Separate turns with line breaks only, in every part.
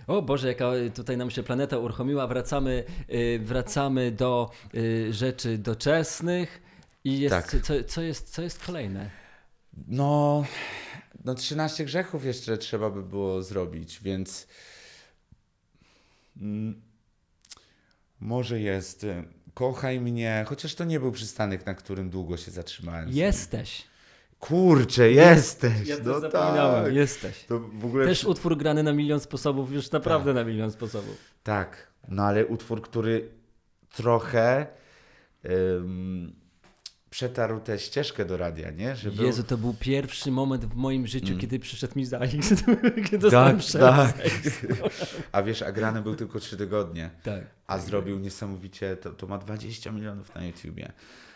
O Boże, jaka tutaj nam się planeta uruchomiła. Wracamy do rzeczy doczesnych i jest,
Tak.
co jest kolejne?
No 13 grzechów jeszcze trzeba by było zrobić, więc może jest kochaj mnie, chociaż to nie był przystanek, na którym długo się zatrzymałem.
Jesteś.
Kurczę, jesteś.
Ja też
No
zapomniałem.
tak.
Jesteś.
To w ogóle
Też utwór grany na milion sposobów, już naprawdę na milion sposobów.
Tak, no ale utwór, który trochę przetarł tę ścieżkę do radia, nie? Że
Jezu, to był pierwszy moment w moim życiu, kiedy przyszedł mi ZAX, kiedy
Tak,
dostałem
tak. A wiesz, a grany był tylko 3 tygodnie.
Tak.
A zrobił niesamowicie, to ma 20 milionów na YouTubie.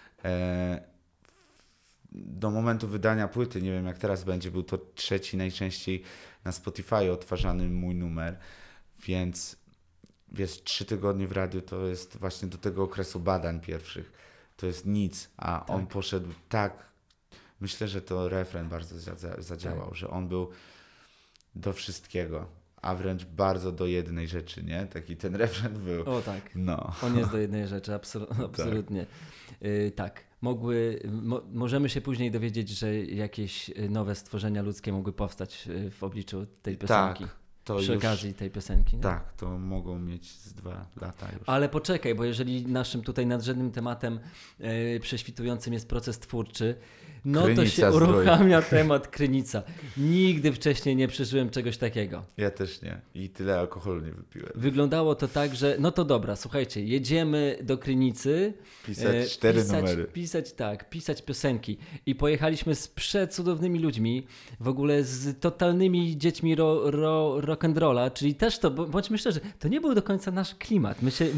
Do momentu wydania płyty, nie wiem jak teraz będzie, był to 3. najczęściej na Spotify odtwarzany mój numer, więc wiesz, 3 tygodnie w radiu to jest właśnie do tego okresu badań pierwszych, to jest nic, a on poszedł tak, myślę, że to refren bardzo zadziałał, że on był do wszystkiego, a wręcz bardzo do jednej rzeczy, nie? Taki ten refren był.
O tak,
no.
On jest do jednej rzeczy, absolutnie. Tak. Możemy się później dowiedzieć, że jakieś nowe stworzenia ludzkie mogły powstać w obliczu tej piosenki.
Tak, to
przy
już,
okazji tej piosenki. No?
Tak, to mogą mieć z 2 lata już.
Ale poczekaj, bo jeżeli naszym tutaj nadrzędnym tematem prześwitującym jest proces twórczy, no
Krynica
to się
Zdrój.
uruchamia temat Krynica. Nigdy wcześniej nie przeżyłem czegoś takiego.
Ja też nie. I tyle alkoholu nie wypiłem.
Wyglądało to tak, że no to dobra, słuchajcie, jedziemy do Krynicy.
Pisać 4 numery.
Pisać piosenki. I pojechaliśmy z przecudownymi ludźmi, w ogóle z totalnymi dziećmi rock'n'rolla, czyli też to, bądźmy szczerzy, to nie był do końca nasz klimat.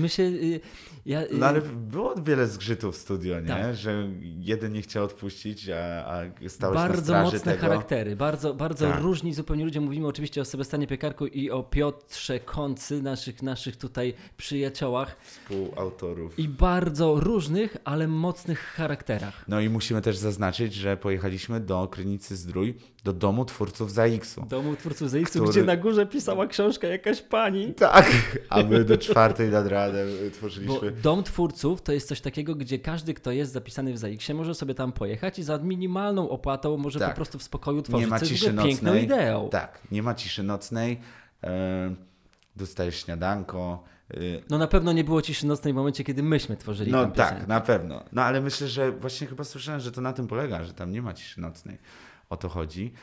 No ale było wiele zgrzytów w studio, nie?
Tak.
Że jeden nie chciał odpuścić, a stałeś na
bardzo
straży
mocne
tego.
charaktery, bardzo
Tak.
różni zupełnie ludzie. Mówimy oczywiście o Sebastianie Piekarku i o Piotrze Koncy, naszych tutaj przyjaciołach.
Współautorów.
I bardzo różnych, ale mocnych charakterach.
No i musimy też zaznaczyć, że pojechaliśmy do Krynicy Zdrój, do Domu Twórców ZAX-u.
Domu Twórców ZAX-u,
Który-
gdzie na górze pisała książkę jakaś pani.
Tak, a my do 4 nad ranem
Bo
tworzyliśmy.
Dom Twórców to jest coś takiego, gdzie każdy, kto jest zapisany w ZAX-ie, może sobie tam pojechać i za minimalną opłatą może
Tak.
po prostu w spokoju tworzyć.
Nie ma
co jest
ciszy
w ogóle piękną
nocnej.
ideą.
Tak, nie ma ciszy nocnej. Dostajesz śniadanko.
No na pewno nie było ciszy nocnej w momencie, kiedy myśmy tworzyli
No
tę piosenkę.
tak, na pewno. No ale myślę, że właśnie chyba słyszałem, że to na tym polega, że tam nie ma ciszy nocnej. O to chodzi.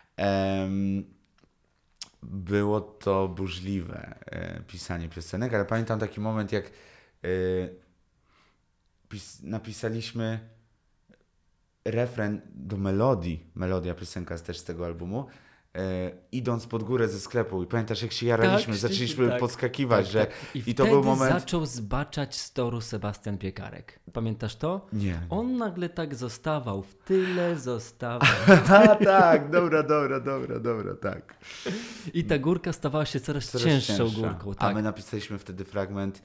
Było to burzliwe pisanie piosenek, ale pamiętam taki moment, jak napisaliśmy refren do melodii. Melodia, piosenka jest też z tego albumu. Idąc pod górę ze sklepu i pamiętasz jak się jaraliśmy,
Tak,
zaczęliśmy
tak,
podskakiwać,
tak,
że
tak.
i
wtedy
to był moment...
zaczął zbaczać z toru Sebastian Piekarek. Pamiętasz to?
Nie.
On nagle tak zostawał, w tyle zostawał.
A tak, dobra, tak.
I ta górka stawała się coraz
Coraz
cięższą górką.
A
Tak.
my napisaliśmy wtedy fragment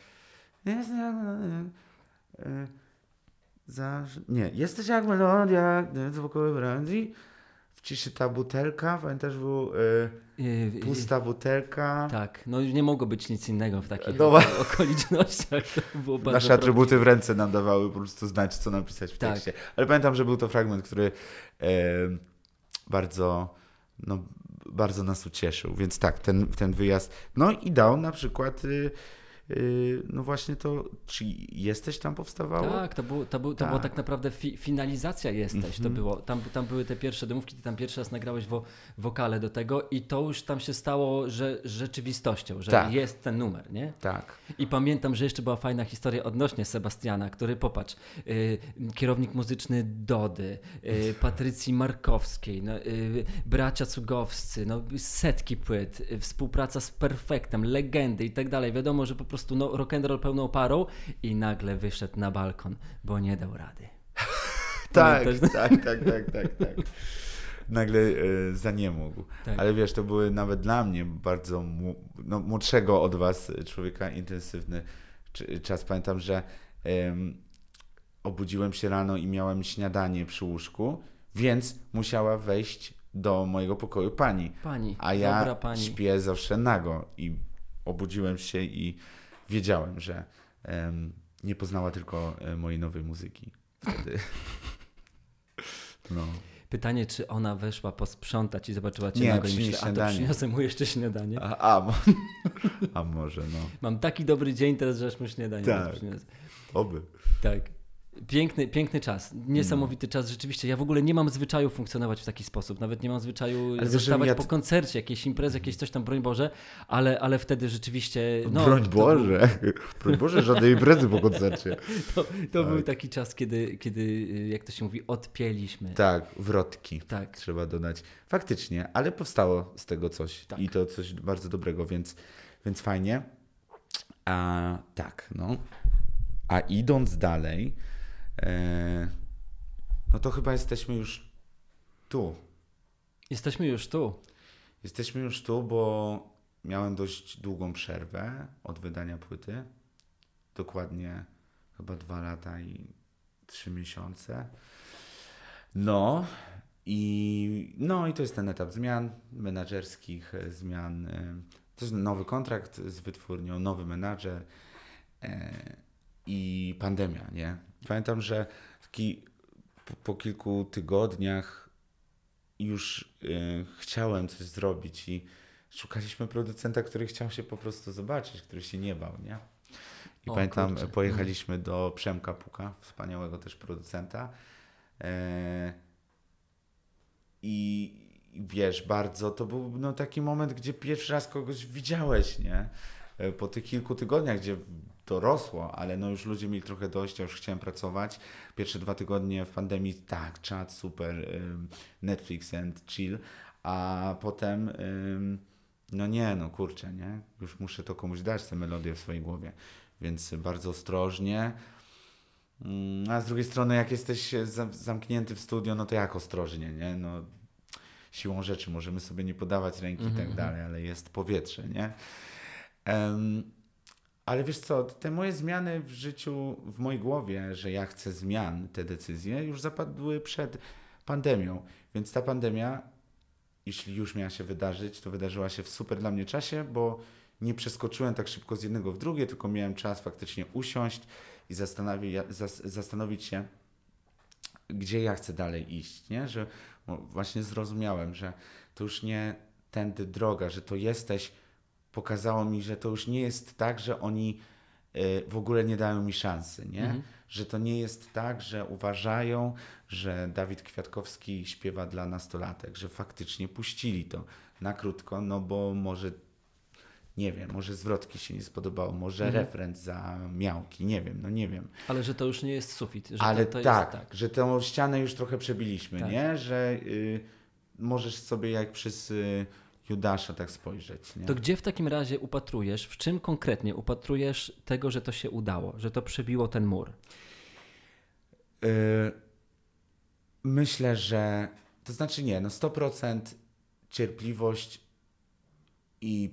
jesteś jak melodia, gdy w pokoju brandy, w ciszy ta butelka, pamiętasz, był pusta butelka.
Tak, no już nie mogło być nic innego w takich
No,
okolicznościach. To było bardzo
nasze atrybuty w ręce nam dawały po prostu znać, co napisać w
Tak.
tekście. Ale pamiętam, że był to fragment, który bardzo nas ucieszył. Więc tak, ten wyjazd. No i dał na przykład no właśnie to, czy Jesteś tam powstawało?
Tak, to była tak naprawdę finalizacja Jesteś. To było, tam były te pierwsze demówki, ty tam pierwszy raz nagrałeś wokale do tego i to już tam się stało że rzeczywistością, że
Tak.
jest ten numer, nie?
Tak.
I pamiętam, że jeszcze była fajna historia odnośnie Sebastiana, który, popatrz, kierownik muzyczny Dody, Patrycji Markowskiej, bracia Cugowscy, setki płyt, współpraca z Perfektem, legendy i tak dalej. Wiadomo, że po prostu rock'n'roll pełną parą i nagle wyszedł na balkon, bo nie dał rady.
Tak.
Pamiętasz?
Nagle zaniemógł.
Tak.
Ale wiesz, to były nawet dla mnie bardzo młodszego od was człowieka intensywny czas. Pamiętam, że obudziłem się rano i miałem śniadanie przy łóżku, więc musiała wejść do mojego pokoju pani.
Pani,
a ja
dobra pani.
śpię zawsze nago i obudziłem się i wiedziałem, że nie poznała tylko mojej nowej muzyki wtedy. No.
Pytanie, czy ona weszła posprzątać i zobaczyła cię
Nie,
nago i myślę, to
śniadanie.
przyniosę mu jeszcze śniadanie.
A może, no.
Mam taki dobry dzień teraz, że aż mu śniadanie
Tak.
przyniosę.
Oby.
Tak. Piękny czas, niesamowity czas, rzeczywiście. Ja w ogóle nie mam zwyczaju funkcjonować w taki sposób, nawet nie mam zwyczaju zostawać po koncercie, jakieś imprezy, jakieś coś tam, broń Boże, ale wtedy rzeczywiście... No,
broń Boże, broń Boże, żadnej imprezy po koncercie.
To był taki czas, kiedy, jak to się mówi, odpięliśmy.
Tak, wrotki
Tak.
trzeba dodać. Faktycznie, ale powstało z tego coś
Tak.
i to coś bardzo dobrego, więc fajnie. Tak, no. A idąc dalej, no to chyba jesteśmy już tu.
Jesteśmy już tu.
Jesteśmy już tu, bo miałem dość długą przerwę od wydania płyty. Dokładnie chyba 2 lata i 3 miesiące. No i to jest ten etap zmian menadżerskich, zmian. To jest nowy kontrakt z wytwórnią, nowy menadżer i pandemia, nie? Pamiętam, że po kilku tygodniach już chciałem coś zrobić i szukaliśmy producenta, który chciał się po prostu zobaczyć, który się nie bał, nie? I pamiętam, pojechaliśmy do Przemka Puka, wspaniałego też producenta. I wiesz, bardzo to był taki moment, gdzie pierwszy raz kogoś widziałeś, nie? Po tych kilku tygodniach, gdzie to rosło, ale już ludzie mieli trochę dość, ja już chciałem pracować. Pierwsze 2 tygodnie w pandemii, tak, czat, super, Netflix and chill, a potem, kurczę, nie? Już muszę to komuś dać, tę melodię w swojej głowie, więc bardzo ostrożnie. A z drugiej strony, jak jesteś zamknięty w studio, no to jak ostrożnie, nie? No, siłą rzeczy możemy sobie nie podawać ręki i tak dalej, ale jest powietrze, nie? Ale wiesz co, te moje zmiany w życiu, w mojej głowie, że ja chcę zmian, te decyzje już zapadły przed pandemią, więc ta pandemia, jeśli już miała się wydarzyć, to wydarzyła się w super dla mnie czasie, bo nie przeskoczyłem tak szybko z jednego w drugie, tylko miałem czas faktycznie usiąść i zastanowić się, gdzie ja chcę dalej iść, nie? Że właśnie zrozumiałem, że to już nie tędy droga, że to pokazało mi, że to już nie jest tak, że oni w ogóle nie dają mi szansy, nie? Że to nie jest tak, że uważają, że Dawid Kwiatkowski śpiewa dla nastolatek, że faktycznie puścili to na krótko, no bo może, nie wiem, może zwrotki się nie spodobało, może refren za miałki, nie wiem.
Ale że to już nie jest sufit. Że
ale
to
tak,
jest tak,
że tę ścianę już trochę przebiliśmy, tak. Nie? Że możesz sobie jak przez Judasza tak spojrzeć. Nie?
To gdzie w takim razie upatrujesz, w czym konkretnie upatrujesz tego, że to się udało, że to przebiło ten mur?
Myślę, że to znaczy 100% cierpliwość i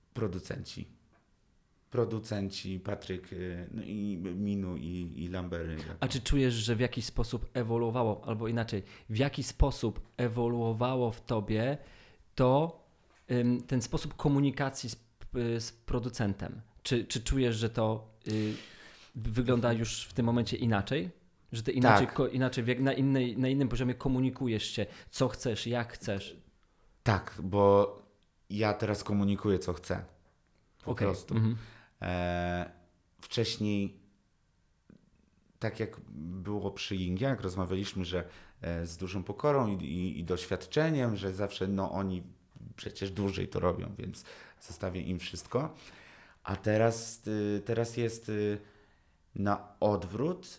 producenci, Patryk, i Minu i Lambery.
A czy czujesz, że w jakiś sposób ewoluowało, albo inaczej, w jaki sposób ewoluowało w tobie ten sposób komunikacji z producentem? Czy czujesz, że to wygląda już w tym momencie inaczej? Że ty inaczej,
tak.
inaczej na innym poziomie komunikujesz się, co chcesz, jak chcesz?
Tak, bo ja teraz komunikuję, co chcę. Po prostu. Wcześniej, tak jak było przy Yingie, jak rozmawialiśmy, że z dużą pokorą i doświadczeniem, że zawsze oni przecież dłużej to robią, więc zostawię im wszystko. A teraz jest na odwrót.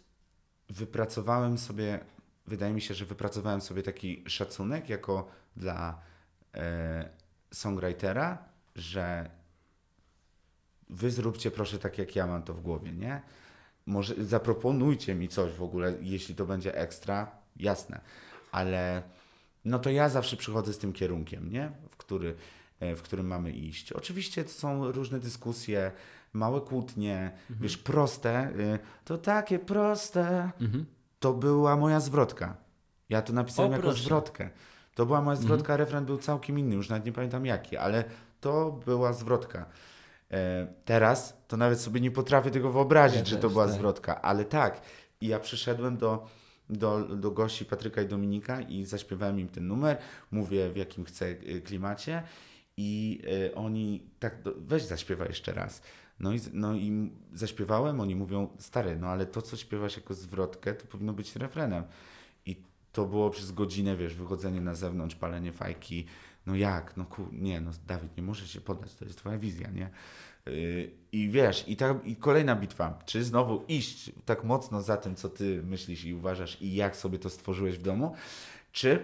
Wydaje mi się, że wypracowałem sobie taki szacunek jako dla songwritera, że wy zróbcie proszę tak, jak ja mam to w głowie, nie? Może zaproponujcie mi coś w ogóle, jeśli to będzie ekstra, jasne, ale to ja zawsze przychodzę z tym kierunkiem, nie? W którym mamy iść. Oczywiście to są różne dyskusje, małe kłótnie, wiesz, proste, to takie proste, to była moja zwrotka. Ja to napisałem jako zwrotkę. To była moja zwrotka, refren był całkiem inny, już nawet nie pamiętam jaki, ale to była zwrotka. Teraz to nawet sobie nie potrafię tego wyobrazić,
Ja
że
też,
to była
tak.
zwrotka, ale tak. I ja przyszedłem do gości Patryka i Dominika i zaśpiewałem im ten numer, mówię w jakim chcę klimacie i oni tak, weź zaśpiewaj jeszcze raz. No i zaśpiewałem, oni mówią, stary, no ale to, co śpiewasz jako zwrotkę, to powinno być refrenem. I to było przez godzinę, wiesz, wychodzenie na zewnątrz, palenie fajki. No jak? Nie, no Dawid, nie możesz się poddać, to jest twoja wizja, nie? I wiesz, i kolejna bitwa. Czy znowu iść tak mocno za tym, co ty myślisz i uważasz i jak sobie to stworzyłeś w domu, czy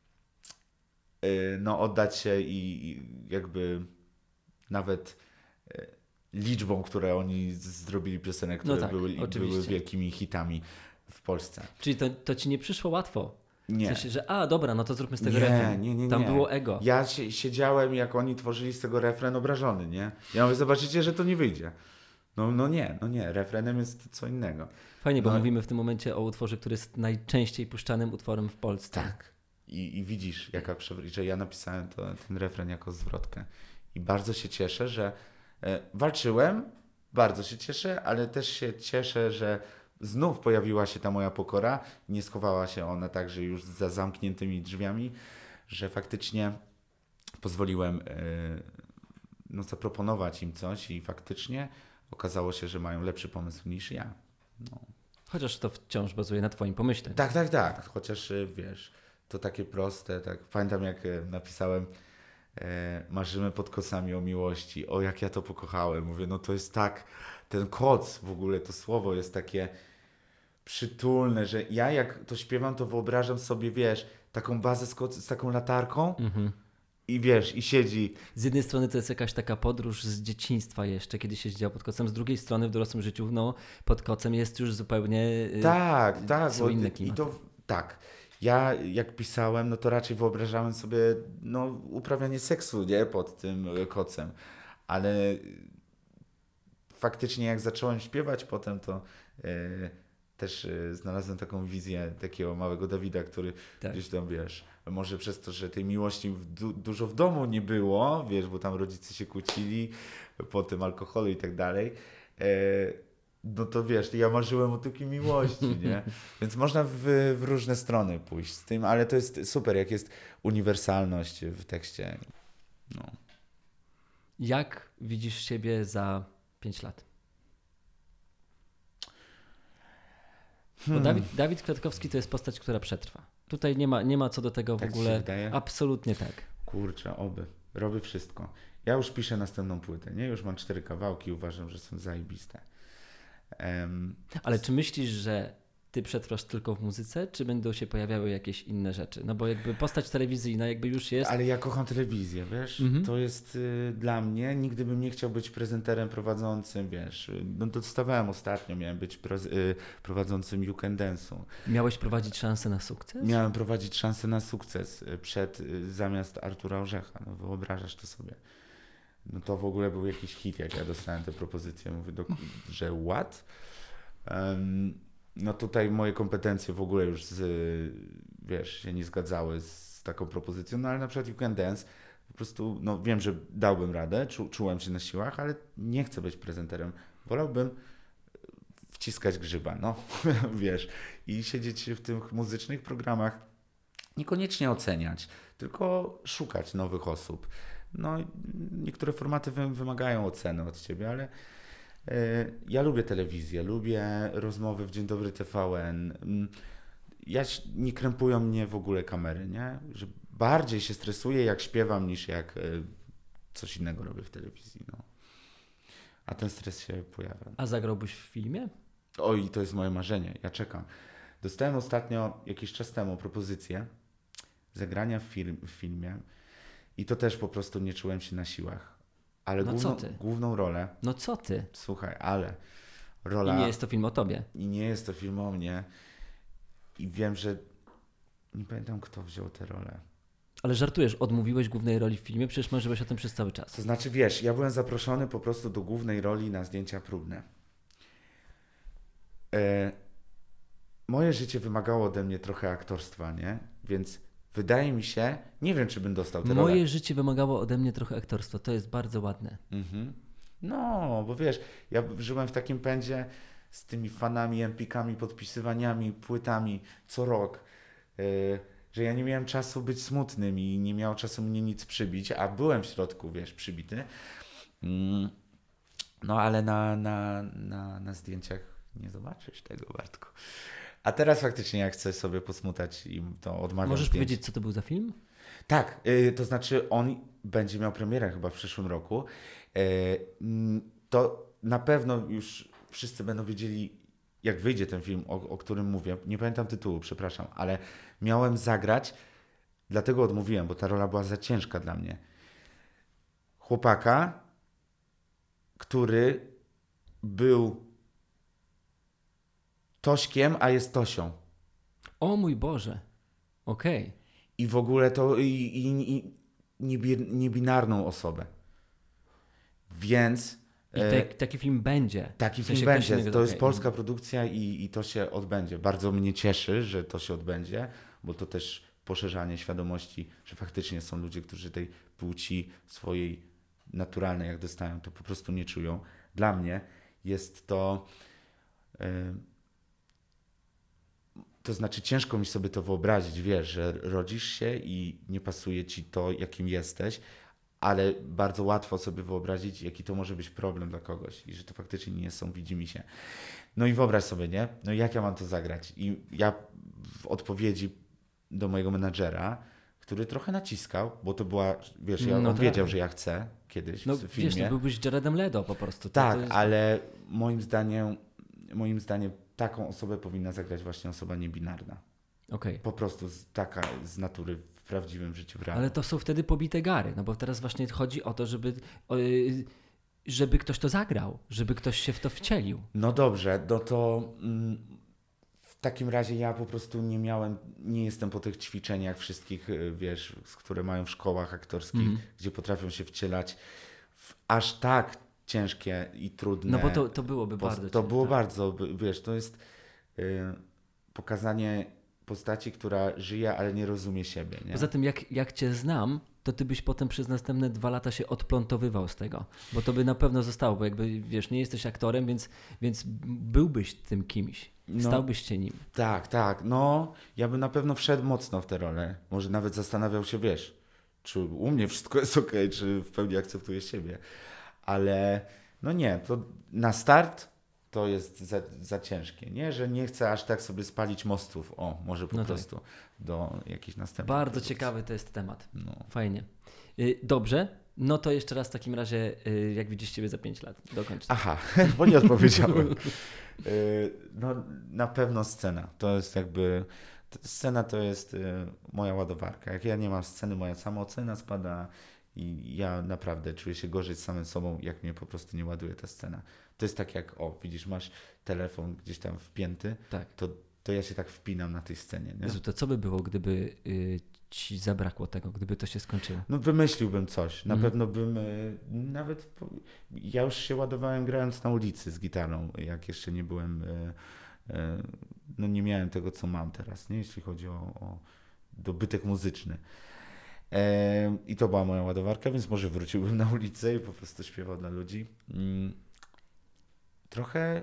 no oddać się i jakby nawet liczbą, które oni zrobili piosenek, które
No tak,
były
oczywiście.
wielkimi hitami w Polsce.
Czyli to ci nie przyszło łatwo? W
Nie.
sensie, że dobra, no to zróbmy z tego refren.
Nie.
Tam było ego.
Ja siedziałem, jak oni tworzyli z tego refren obrażony, nie? Ja mówię, zobaczycie, że to nie wyjdzie. No nie, refrenem jest co innego.
Fajnie, bo
No,
mówimy w tym momencie o utworze, który jest najczęściej puszczanym utworem w Polsce.
tak. I widzisz, że ja napisałem ten refren jako zwrotkę. I bardzo się cieszę, że walczyłem, bardzo się cieszę, ale też się cieszę, że znów pojawiła się ta moja pokora. Nie schowała się ona także już za zamkniętymi drzwiami, że faktycznie pozwoliłem zaproponować im coś i faktycznie okazało się, że mają lepszy pomysł niż ja. No.
Chociaż to wciąż bazuje na twoim pomyśle.
Tak. Chociaż wiesz, to takie proste. Tak. Pamiętam, jak napisałem marzymy pod kocami o miłości. O, jak ja to pokochałem. Mówię, no to jest tak, ten koc w ogóle, to słowo jest takie przytulne, że ja jak to śpiewam, to wyobrażam sobie, wiesz, taką bazę z taką latarką i wiesz, i siedzi.
Z jednej strony to jest jakaś taka podróż z dzieciństwa jeszcze, kiedy się siedział pod kocem, z drugiej strony w dorosłym życiu, no, pod kocem jest już zupełnie
Tak.
są inne
I
klimaty.
to tak. Ja jak pisałem, no to raczej wyobrażałem sobie uprawianie seksu, nie, pod tym kocem. Ale faktycznie jak zacząłem śpiewać potem, to też znalazłem taką wizję takiego małego Dawida, który
Tak.
gdzieś tam, wiesz, może przez to, że tej miłości dużo w domu nie było, wiesz, bo tam rodzice się kłócili po tym alkoholu i tak dalej, no to wiesz, ja marzyłem o takiej miłości, nie? Więc można w różne strony pójść z tym, ale to jest super, jak jest uniwersalność w tekście. No.
Jak widzisz siebie za 5 lat? Bo Dawid Kwiatkowski to jest postać, która przetrwa. Tutaj nie ma co do tego w
Tak ci się
ogóle.
wydaje?
Absolutnie tak.
Kurczę, oby. Robię wszystko. Ja już piszę następną płytę, nie? Już mam 4 kawałki, uważam, że są zajebiste.
Ale czy myślisz, że ty przetrwasz tylko w muzyce, czy będą się pojawiały jakieś inne rzeczy? No bo jakby postać telewizyjna jakby już jest.
Ale ja kocham telewizję, wiesz? To jest dla mnie, nigdy bym nie chciał być prezenterem prowadzącym, wiesz? No dostawałem ostatnio, miałem być prowadzącym You Can Dance'u.
Miałeś prowadzić szansę na sukces?
Miałem prowadzić szansę na sukces zamiast Artura Orzecha. No wyobrażasz to sobie. No to w ogóle był jakiś hit, jak ja dostałem tę propozycję. Mówię, że what? No tutaj moje kompetencje w ogóle już wiesz, się nie zgadzały z taką propozycją, no ale na przykład You Can Dance po prostu, no wiem, że dałbym radę, czułem się na siłach, ale nie chcę być prezenterem. Wolałbym wciskać grzyba, no wiesz, i siedzieć w tych muzycznych programach, niekoniecznie oceniać, tylko szukać nowych osób. No niektóre formaty wymagają oceny od ciebie, ale ja lubię telewizję, lubię rozmowy w Dzień Dobry TVN. Nie krępują mnie w ogóle kamery, nie? Że bardziej się stresuję, jak śpiewam, niż jak coś innego robię w telewizji. No. A ten stres się pojawia.
A zagrałbyś w filmie?
Oj, to jest moje marzenie. Ja czekam. Dostałem ostatnio, jakiś czas temu, propozycję zagrania w filmie i to też po prostu nie czułem się na siłach. Ale
No
główną rolę...
No co ty?
Słuchaj, ale rola...
I nie jest to film o tobie.
I nie jest to film o mnie. I wiem, że... Nie pamiętam, kto wziął tę rolę.
Ale żartujesz, odmówiłeś głównej roli w filmie? Przecież marzyłeś o tym przez cały czas.
To znaczy, wiesz, ja byłem zaproszony po prostu do głównej roli na zdjęcia próbne. Moje życie wymagało ode mnie trochę aktorstwa, nie? Więc wydaje mi się... Nie wiem, czy bym dostał tę rolę.
Moje życie wymagało ode mnie trochę aktorstwa. To jest bardzo ładne.
No, bo wiesz, ja żyłem w takim pędzie z tymi fanami, empikami, podpisywaniami, płytami co rok, że ja nie miałem czasu być smutnym i nie miało czasu mnie nic przybić, a byłem w środku, wiesz, przybity. Mm, No, ale na zdjęciach nie zobaczysz tego, Bartku. A teraz faktycznie jak chcę sobie posmutać i to odmawiam
Możesz
zdjęć.
powiedzieć, co to był za film?
Tak, to znaczy on będzie miał premierę chyba w przyszłym roku. To na pewno już wszyscy będą wiedzieli, jak wyjdzie ten film, o którym mówię. Nie pamiętam tytułu, przepraszam, ale miałem zagrać, dlatego odmówiłem, bo ta rola była za ciężka dla mnie. Chłopaka, który był Tośkiem, a jest Tosią.
O mój Boże. Okej.
I w ogóle to niebinarną osobę. Więc
I taki film będzie.
taki
W sensie
film
ktoś
będzie.
innego-
To jest
okej.
polska produkcja i to się odbędzie. Bardzo mnie cieszy, że to się odbędzie, bo to też poszerzanie świadomości, że faktycznie są ludzie, którzy tej płci swojej naturalnej, jak dostają, to po prostu nie czują. Dla mnie jest to... To znaczy ciężko mi sobie to wyobrazić, wiesz, że rodzisz się i nie pasuje ci to, jakim jesteś, ale bardzo łatwo sobie wyobrazić, jaki to może być problem dla kogoś i że to faktycznie nie są widzimisię. No i wyobraź sobie, nie? No jak ja mam to zagrać? I ja w odpowiedzi do mojego menadżera, który trochę naciskał, bo to była, wiesz,
No
on
tak.
wiedział, że ja chcę kiedyś
No
w filmie.
wiesz, no byłbyś Jaredem Leto po prostu.
Tak,
to jest...
ale moim zdaniem taką osobę powinna zagrać właśnie osoba niebinarna.
Okej.
Po prostu taka z natury w prawdziwym życiu, w realu.
Ale to są wtedy pobite gary, no bo teraz właśnie chodzi o to, żeby ktoś to zagrał, żeby ktoś się w to wcielił.
No dobrze, no to w takim razie ja po prostu nie jestem po tych ćwiczeniach wszystkich, wiesz, które mają w szkołach aktorskich, gdzie potrafią się wcielać w aż tak ciężkie i trudne.
No bo to byłoby bardzo
To
ciężkie,
było
tak.
bardzo, wiesz, to jest pokazanie postaci, która żyje, ale nie rozumie siebie, nie?
Poza tym, jak cię znam, to ty byś potem przez następne 2 lata się odplątowywał z tego, bo to by na pewno zostało, bo jakby, wiesz, nie jesteś aktorem, więc byłbyś tym kimś,
No.
stałbyś się nim.
Tak, no ja bym na pewno wszedł mocno w tę rolę. Może nawet zastanawiał się, wiesz, czy u mnie wszystko jest okej, czy w pełni akceptuję siebie. Ale no nie, to na start to jest za ciężkie, nie? Że nie chcę aż tak sobie spalić mostów, może po
No tak.
prostu do jakichś następnych
Bardzo
produkcji.
ciekawy to jest temat.
No.
Fajnie. Dobrze, no to jeszcze raz w takim razie, jak widzisz Ciebie za 5 lat, dokończ.
Aha, bo nie odpowiedziałem. No na pewno scena. To jest jakby... Scena to jest moja ładowarka. Jak ja nie mam sceny, moja samoocena spada i ja naprawdę czuję się gorzej z samym sobą, jak mnie po prostu nie ładuje ta scena. To jest tak jak, widzisz, masz telefon gdzieś tam wpięty,
Tak.
to ja się tak wpinam na tej scenie. Nie?
Jezu, to co by było, gdyby Ci zabrakło tego, gdyby to się skończyło?
No wymyśliłbym coś. Na pewno bym ja już się ładowałem grając na ulicy z gitarą, jak jeszcze nie byłem... no nie miałem tego, co mam teraz, nie? Jeśli chodzi o dobytek muzyczny. I to była moja ładowarka, więc może wróciłbym na ulicę i po prostu śpiewał dla ludzi. Trochę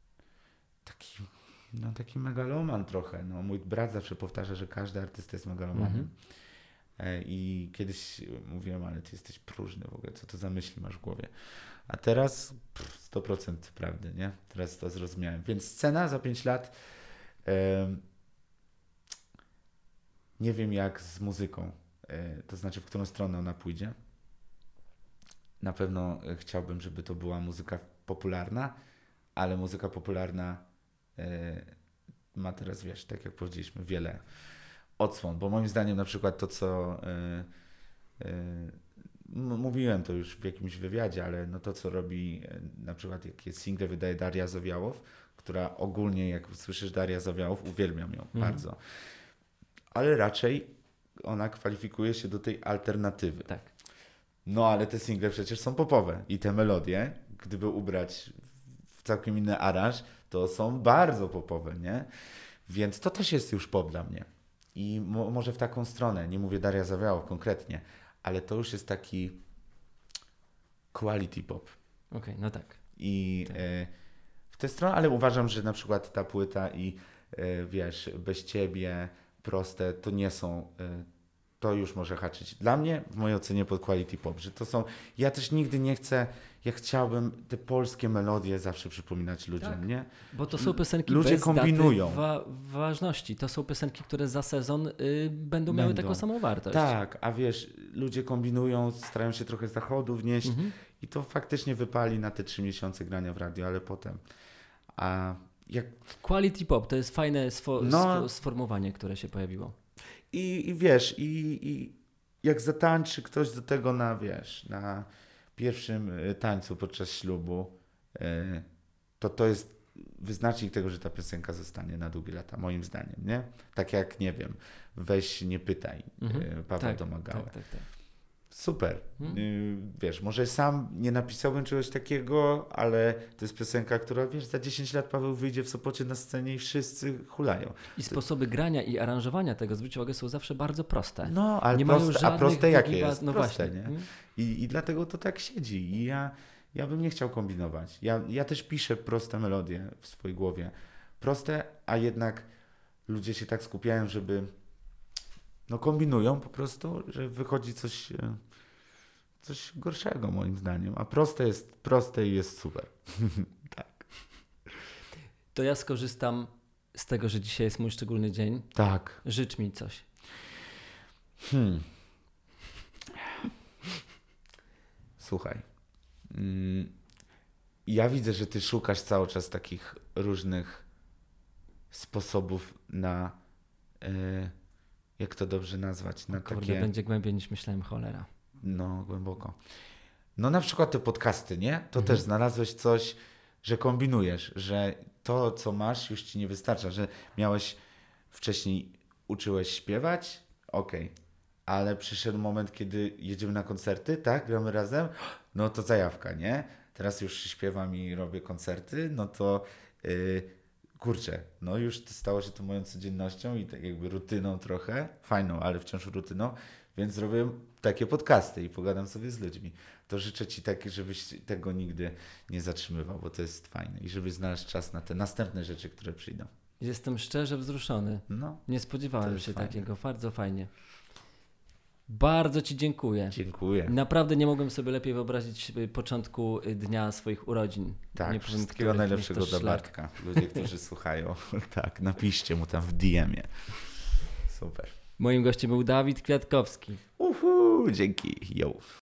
taki megaloman trochę. No, mój brat zawsze powtarza, że każdy artysta jest megalomanem. I kiedyś mówiłem, ale ty jesteś próżny w ogóle, co to za myśli masz w głowie. A teraz 100% prawdy, nie? Teraz to zrozumiałem. Więc scena za 5 lat. Nie wiem jak z muzyką, to znaczy w którą stronę ona pójdzie. Na pewno chciałbym, żeby to była muzyka popularna, ale muzyka popularna ma teraz, wiesz, tak jak powiedzieliśmy, wiele odsłon, bo moim zdaniem na przykład to, co mówiłem to już w jakimś wywiadzie, ale no to, co robi na przykład, jakie single wydaje Daria Zawiałow, która ogólnie, jak słyszysz Daria Zawiałow, uwielbiam ją bardzo. Ale raczej ona kwalifikuje się do tej alternatywy.
Tak.
No ale te single przecież są popowe i te melodie, gdyby ubrać w całkiem inny aranż, to są bardzo popowe, nie? Więc to też jest już pop dla mnie. I może w taką stronę, nie mówię Daria Zawiałow konkretnie, ale to już jest taki quality pop.
Okej, no tak.
I
Tak.
w tę stronę, ale uważam, że na przykład ta płyta i wiesz, Bez Ciebie, Proste, to nie są, to już może haczyć. Dla mnie, w mojej ocenie, pod quality pop, że to są, ja też nigdy nie chcę, ja chciałbym te polskie melodie zawsze przypominać ludziom,
Tak.
nie?
Bo to są piosenki
Ludzie
bez
kombinują.
daty ważności. To są piosenki, które za sezon będą miały taką samą wartość.
Tak, a wiesz, ludzie kombinują, starają się trochę zachodu wnieść
Mhm.
i to faktycznie wypali na te 3 miesiące grania w radio, ale potem, a jak
Quality pop to jest fajne
No.
sformułowanie, które się pojawiło.
I wiesz, i jak zatańczy ktoś do tego na, wiesz, na pierwszym tańcu podczas ślubu, to jest wyznacznik tego, że ta piosenka zostanie na długie lata, moim zdaniem, nie? Tak jak, nie wiem, Weź nie pytaj, Pawła Domagała.
Tak.
Super. Wiesz, może sam nie napisałbym czegoś takiego, ale to jest piosenka, która, wiesz, za 10 lat Paweł wyjdzie w Sopocie na scenie i wszyscy hulają.
I sposoby grania i aranżowania tego, zwróć uwagę, są zawsze bardzo proste.
No, ale
nie mają
proste, a
żadnych
proste jakie
wygiba-
jest?
No
Proste,
właśnie.
nie? I dlatego to tak siedzi. I ja bym nie chciał kombinować. Ja też piszę proste melodie w swojej głowie. Proste, a jednak ludzie się tak skupiają, żeby no kombinują po prostu, że wychodzi coś gorszego moim zdaniem. A proste i jest super. Tak.
To ja skorzystam z tego, że dzisiaj jest mój szczególny dzień.
Tak.
Życz mi coś.
Słuchaj. Ja widzę, że ty szukasz cały czas takich różnych sposobów na jak to dobrze nazwać? Na
Kurde,
takie...
będzie głębiej niż myślałem, cholera.
No, głęboko. No na przykład te podcasty, nie? To też znalazłeś coś, że kombinujesz, że to, co masz, już ci nie wystarcza, że miałeś wcześniej, uczyłeś śpiewać, okej, ale przyszedł moment, kiedy jedziemy na koncerty, tak? Gramy razem, no to zajawka, nie? Teraz już śpiewam i robię koncerty, no to kurczę, no już stało się to moją codziennością i tak jakby rutyną trochę, fajną, ale wciąż rutyną, więc zrobię takie podcasty i pogadam sobie z ludźmi. To życzę ci tak, żebyś tego nigdy nie zatrzymywał, bo to jest fajne i żebyś znalazł czas na te następne rzeczy, które przyjdą.
Jestem szczerze wzruszony.
No,
Nie
To
spodziewałem
jest
się
fajne.
takiego. Bardzo fajnie. Bardzo ci dziękuję.
dziękuję.
Naprawdę nie mogłem sobie lepiej wyobrazić początku dnia swoich urodzin.
Tak,
nie powiem,
wszystkiego
których
najlepszego
jest to
dla
szlak.
Bartka. Ludzie, którzy słuchają, tak, napiszcie mu tam w DM-ie. Super.
Moim gościem był Dawid Kwiatkowski.
Dzięki, yo.